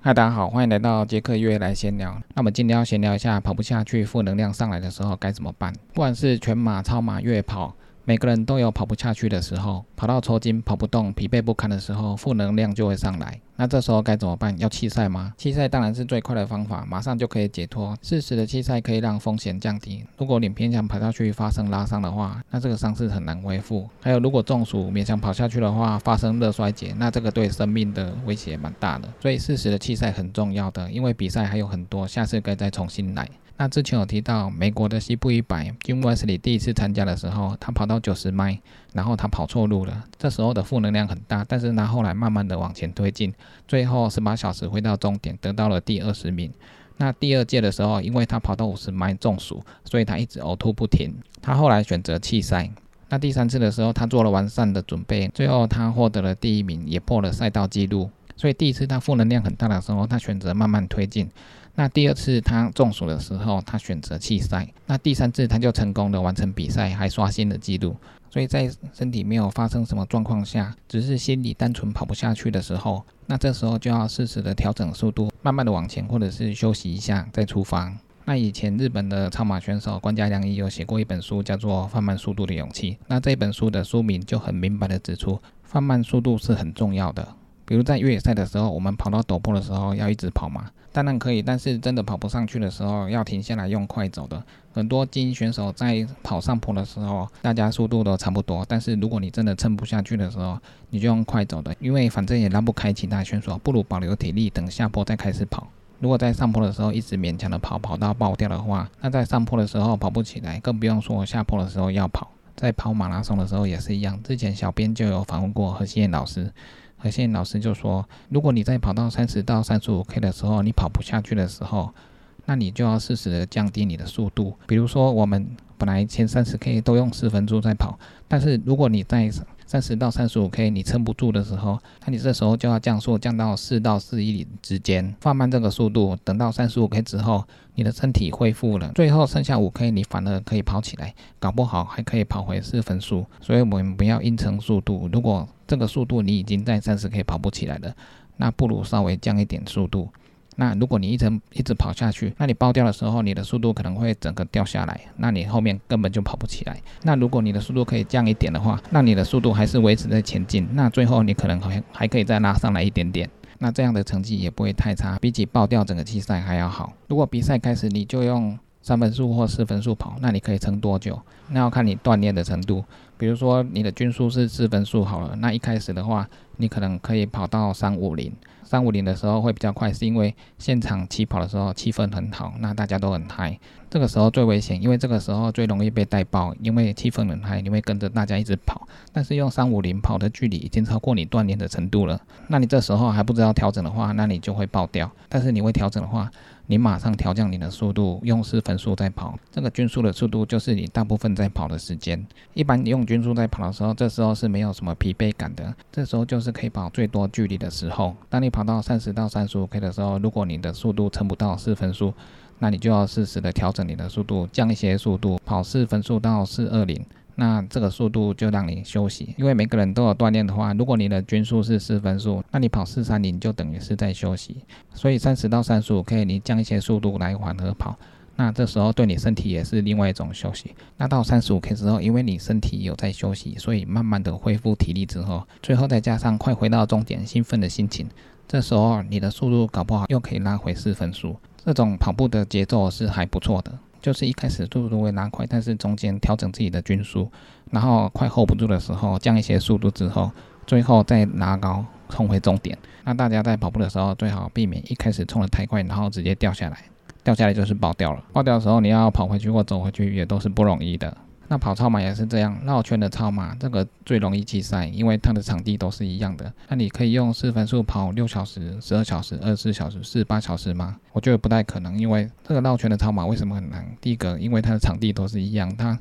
嗨，大家好，欢迎来到杰克约来闲聊。那我们今天要闲聊一下跑不下去、负能量上来的时候该怎么办。不管是全马、超马、越野跑，每个人都有跑不下去的时候，跑到抽筋、跑不动、疲惫不堪的时候，负能量就会上来。那这时候该怎么办？要弃赛吗？弃赛当然是最快的方法，马上就可以解脱。适时的弃赛可以让风险降低。如果你偏强跑下去发生拉伤的话，那这个伤势很难恢复。还有，如果中暑勉强跑下去的话，发生热衰竭，那这个对生命的威胁蛮大的。所以适时的弃赛很重要的，因为比赛还有很多，下次可以再重新来。那之前有提到美国的西部100 Jim Wesley 第一次参加的时候，他跑到90迈，然后他跑错路了，这时候的负能量很大，但是他后来慢慢的往前推进，最后18小时回到终点，得到了第20名。那第二届的时候，因为他跑到50迈中暑，所以他一直呕吐不停，他后来选择弃赛。那第3次的时候，他做了完善的准备，最后他获得了第1名，也破了赛道纪录。所以第一次他负能量很大的时候，他选择慢慢推进。那第2次他中暑的时候，他选择弃赛。那第3次他就成功的完成比赛，还刷新了纪录。所以在身体没有发生什么状况下，只是心里单纯跑不下去的时候，那这时候就要适时的调整速度，慢慢的往前，或者是休息一下再出发。那以前日本的超马选手关家良一有写过一本书，叫做《放慢速度的勇气》。那这本书的书名就很明白的指出，放慢速度是很重要的。比如在越野赛的时候，我们跑到陡坡的时候要一直跑嘛，当然可以，但是真的跑不上去的时候要停下来用快走的。很多精英选手在跑上坡的时候，大家速度都差不多，但是如果你真的撑不下去的时候，你就用快走的，因为反正也拉不开其他选手，不如保留体力，等下坡再开始跑。如果在上坡的时候一直勉强的跑到爆掉的话，那在上坡的时候跑不起来，更不用说下坡的时候要跑。在跑马拉松的时候也是一样，之前小编就有访问过何心燕老师，何心燕老师就说，如果你在跑到30到 35K 的时候，你跑不下去的时候，那你就要适时的降低你的速度。比如说我们本来前30K 都用4分速在跑，但是如果你在30到 35K 你撑不住的时候，那你这时候就要降速，降到4到410之间，放慢这个速度，等到35K 之后，你的身体恢复了，最后剩下5K 你反而可以跑起来，搞不好还可以跑回4分速。所以我们不要硬撑速度，如果这个速度你已经在30K 跑不起来了，那不如稍微降一点速度。那如果你一直跑下去，那你爆掉的时候，你的速度可能会整个掉下来，那你后面根本就跑不起来。那如果你的速度可以降一点的话，那你的速度还是维持在前进，那最后你可能还可以再拉上来一点点，那这样的成绩也不会太差，比起爆掉整个弃赛还要好。如果比赛开始你就用3分速或4分速跑，那你可以撑多久？那要看你锻炼的程度。比如说你的均速是4分速好了，那一开始的话，你可能可以跑到350的时候会比较快，是因为现场起跑的时候气氛很好，那大家都很嗨，这个时候最危险，因为这个时候最容易被带爆，因为气氛很嗨，你会跟着大家一直跑。但是用350跑的距离已经超过你锻炼的程度了，那你这时候还不知道调整的话，那你就会爆掉。但是你会调整的话，你马上调降你的速度，用4分速在跑，这个均速的速度就是你大部分在跑的时间。一般你用均速在跑的时候，这时候是没有什么疲惫感的，这时候就是可以跑最多距离的时候。当你跑到30到 35K 的时候，如果你的速度撑不到4分速，那你就要适时的调整你的速度，降一些速度，跑4分速到420。那这个速度就让你休息，因为每个人都有锻炼的话，如果你的均速是4分速，那你跑430就等于是在休息。所以30到 35K 你降一些速度来缓和跑，那这时候对你身体也是另外一种休息。那到 35K 之后，因为你身体有在休息，所以慢慢的恢复体力之后，最后再加上快回到终点兴奋的心情，这时候你的速度搞不好又可以拉回4分速。这种跑步的节奏是还不错的，就是一开始速度会拉快，但是中间调整自己的均速，然后快 hold 不住的时候降一些速度之后，最后再拉高冲回终点。那大家在跑步的时候最好避免一开始冲得太快，然后直接掉下来就是爆掉了。爆掉的时候你要跑回去或走回去也都是不容易的。那跑超马也是这样，绕圈的超马这个最容易弃赛，因为它的场地都是一样的。那你可以用4分速跑6小时、12小时、24小时、48小时吗？我觉得不太可能，因为这个绕圈的超马为什么很难？第一个，因为它的场地都是一样，它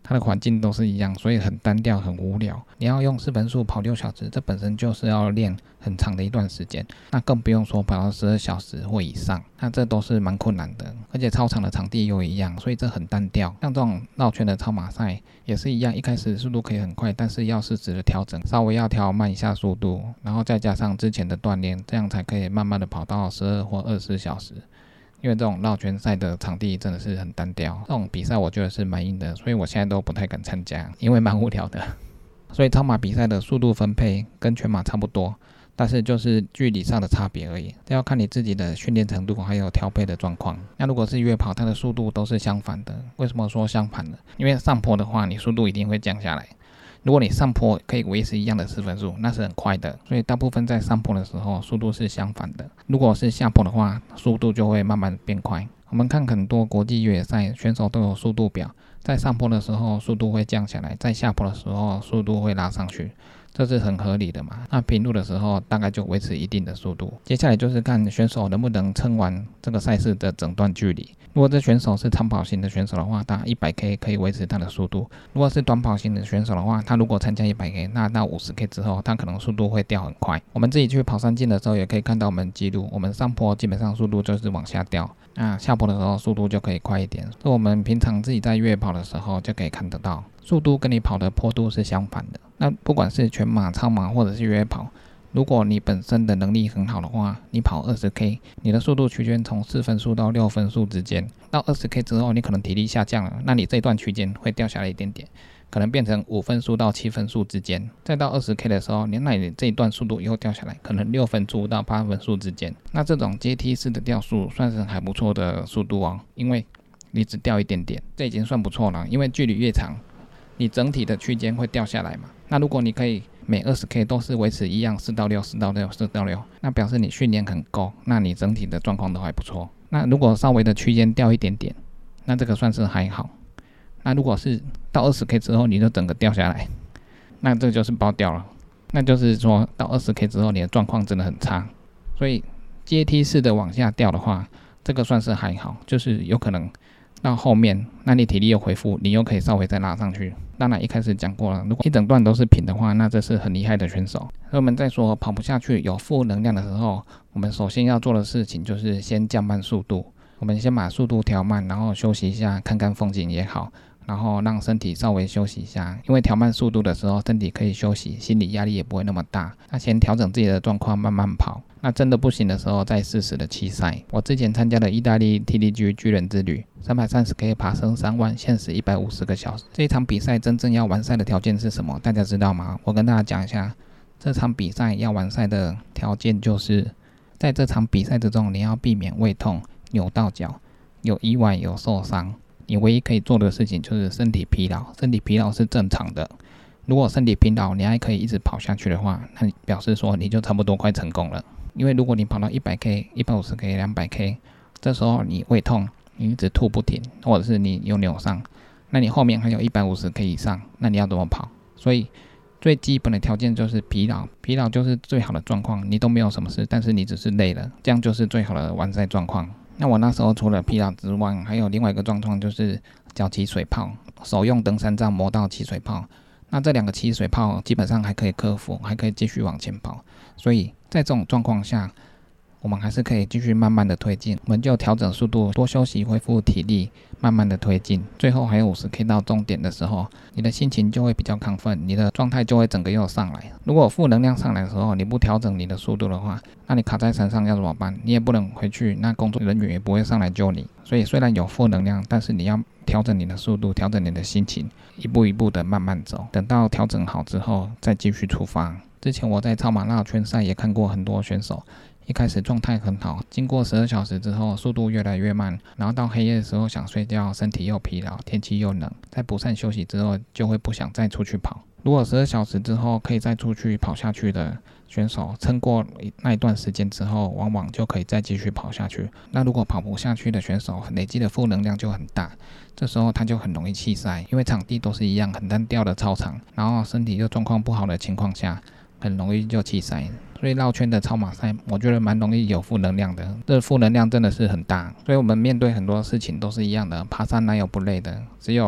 它的环境都是一样，所以很单调很无聊。你要用4分速跑6小时，这本身就是要练很长的一段时间，那更不用说跑到12小时或以上，那这都是蛮困难的。而且操场的场地又一样，所以这很单调。像这种绕圈的超马赛也是一样，一开始速度可以很快，但是要适时的调整，稍微要调慢一下速度，然后再加上之前的锻炼，这样才可以慢慢的跑到12或24小时。因为这种绕圈赛的场地真的是很单调，这种比赛我觉得是蛮硬的，所以我现在都不太敢参加，因为蛮无聊的。所以超马比赛的速度分配跟全马差不多，但是就是距离上的差别而已，这要看你自己的训练程度还有调配的状况。那如果是越跑，它的速度都是相反的。为什么说相反呢？因为上坡的话，你速度一定会降下来。如果你上坡可以维持一样的4分速，那是很快的，所以大部分在上坡的时候速度是相反的。如果是下坡的话，速度就会慢慢变快。我们看很多国际越野赛选手都有速度表，在上坡的时候速度会降下来，在下坡的时候速度会拉上去，这是很合理的嘛。那平路的时候大概就维持一定的速度。接下来就是看选手能不能撑完这个赛事的整段距离。如果这选手是长跑型的选手的话，他 100K 可以维持他的速度。如果是短跑型的选手的话，他如果参加 100K， 那到 50K 之后，他可能速度会掉很快。我们自己去跑山径的时候也可以看到我们记录，我们上坡基本上速度就是往下掉，那下坡的时候速度就可以快一点。所以我们平常自己在越野跑的时候就可以看得到，速度跟你跑的坡度是相反的。那不管是全马、超马或者是越野跑，如果你本身的能力很好的话，你跑 20K， 你的速度区间从4分速到6分速之间，到 20K 之后你可能体力下降了，那你这段区间会掉下来一点点，可能变成5分速到7分速之间。再到 20K 的时候，那你这一段速度又掉下来，可能6分速到8分速之间。那这种阶梯式的掉速算是还不错的速度哦，因为你只掉一点点，这已经算不错了。因为距离越长，你整体的区间会掉下来嘛。那如果你可以每 20K 都是维持一样4到6、4到6、4到6，那表示你训练很够，那你整体的状况都还不错。那如果稍微的区间掉一点点，那这个算是还好。那如果是到 20K 之后你就整个掉下来，那这就是爆掉了。那就是说到 20K 之后你的状况真的很差。所以阶梯式的往下掉的话，这个算是还好，就是有可能到后面，那你体力又恢复，你又可以稍微再拉上去。当然一开始讲过了，如果一整段都是平的话，那这是很厉害的选手。所以我们在说跑不下去有负能量的时候，我们首先要做的事情就是先降慢速度。我们先把速度调慢，然后休息一下，看看风景也好，然后让身体稍微休息一下。因为调慢速度的时候，身体可以休息，心理压力也不会那么大。那先调整自己的状况，慢慢跑。那真的不行的时候，再适时的弃赛。我之前参加了意大利 TDG 巨人之旅，330K 爬升3万，限时150个小时。这一场比赛真正要完赛的条件是什么？大家知道吗？我跟大家讲一下，这场比赛要完赛的条件就是，在这场比赛之中，你要避免胃痛、扭到脚、有意外、有受伤。你唯一可以做的事情就是身体疲劳，身体疲劳是正常的。如果身体疲劳，你还可以一直跑下去的话，那表示说你就差不多快成功了。因为如果你跑到 100K、150K、200K， 这时候你胃痛，你一直吐不停，或者是你有扭伤，那你后面还有150K 以上，那你要怎么跑？所以最基本的条件就是疲劳，疲劳就是最好的状况，你都没有什么事，但是你只是累了，这样就是最好的完赛状况。那我那时候除了疲劳之外，还有另外一个状况就是脚起水泡，手用登山杖磨到起水泡。那这2个起水泡基本上还可以克服，还可以继续往前跑。所以在这种状况下，我们还是可以继续慢慢的推进，我们就调整速度，多休息，恢复体力，慢慢的推进。最后还有50K 到终点的时候，你的心情就会比较亢奋，你的状态就会整个又上来。如果负能量上来的时候，你不调整你的速度的话，那你卡在山上要怎么办？你也不能回去，那工作人员也不会上来救你。所以虽然有负能量，但是你要调整你的速度，调整你的心情，一步一步的慢慢走，等到调整好之后再继续出发。之前我在超马绕圈赛也看过很多选手，一开始状态很好，经过12小时之后速度越来越慢，然后到黑夜的时候想睡觉，身体又疲劳，天气又冷，在补膳休息之后就会不想再出去跑。如果12小时之后可以再出去跑下去的选手，撑过那一段时间之后，往往就可以再继续跑下去。那如果跑不下去的选手，累积的负能量就很大，这时候他就很容易弃赛，因为场地都是一样很单调的操场，然后身体又状况不好的情况下，很容易就弃赛。所以绕圈的超马赛，我觉得蛮容易有负能量的，这负能量真的是很大。所以我们面对很多事情都是一样的，爬山哪有不累的，只有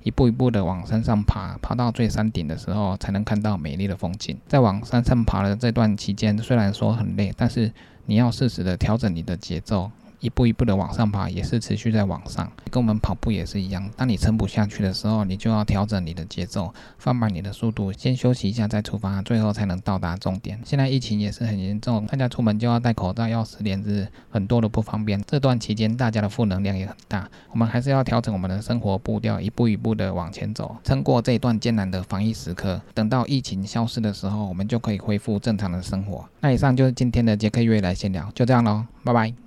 一步一步的往山上爬，爬到最山顶的时候才能看到美丽的风景。在往山上爬的这段期间，虽然说很累，但是你要适时的调整你的节奏，一步一步的往上爬，也是持续在往上，跟我们跑步也是一样。当你撑不下去的时候，你就要调整你的节奏，放慢你的速度，先休息一下再出发，最后才能到达终点。现在疫情也是很严重，大家出门就要戴口罩，要实联制，很多的不方便。这段期间大家的负能量也很大，我们还是要调整我们的生活步调，一步一步的往前走，撑过这一段艰难的防疫时刻。等到疫情消失的时候，我们就可以恢复正常的生活。那以上就是今天的杰克约来闲聊，就这样咯，拜拜。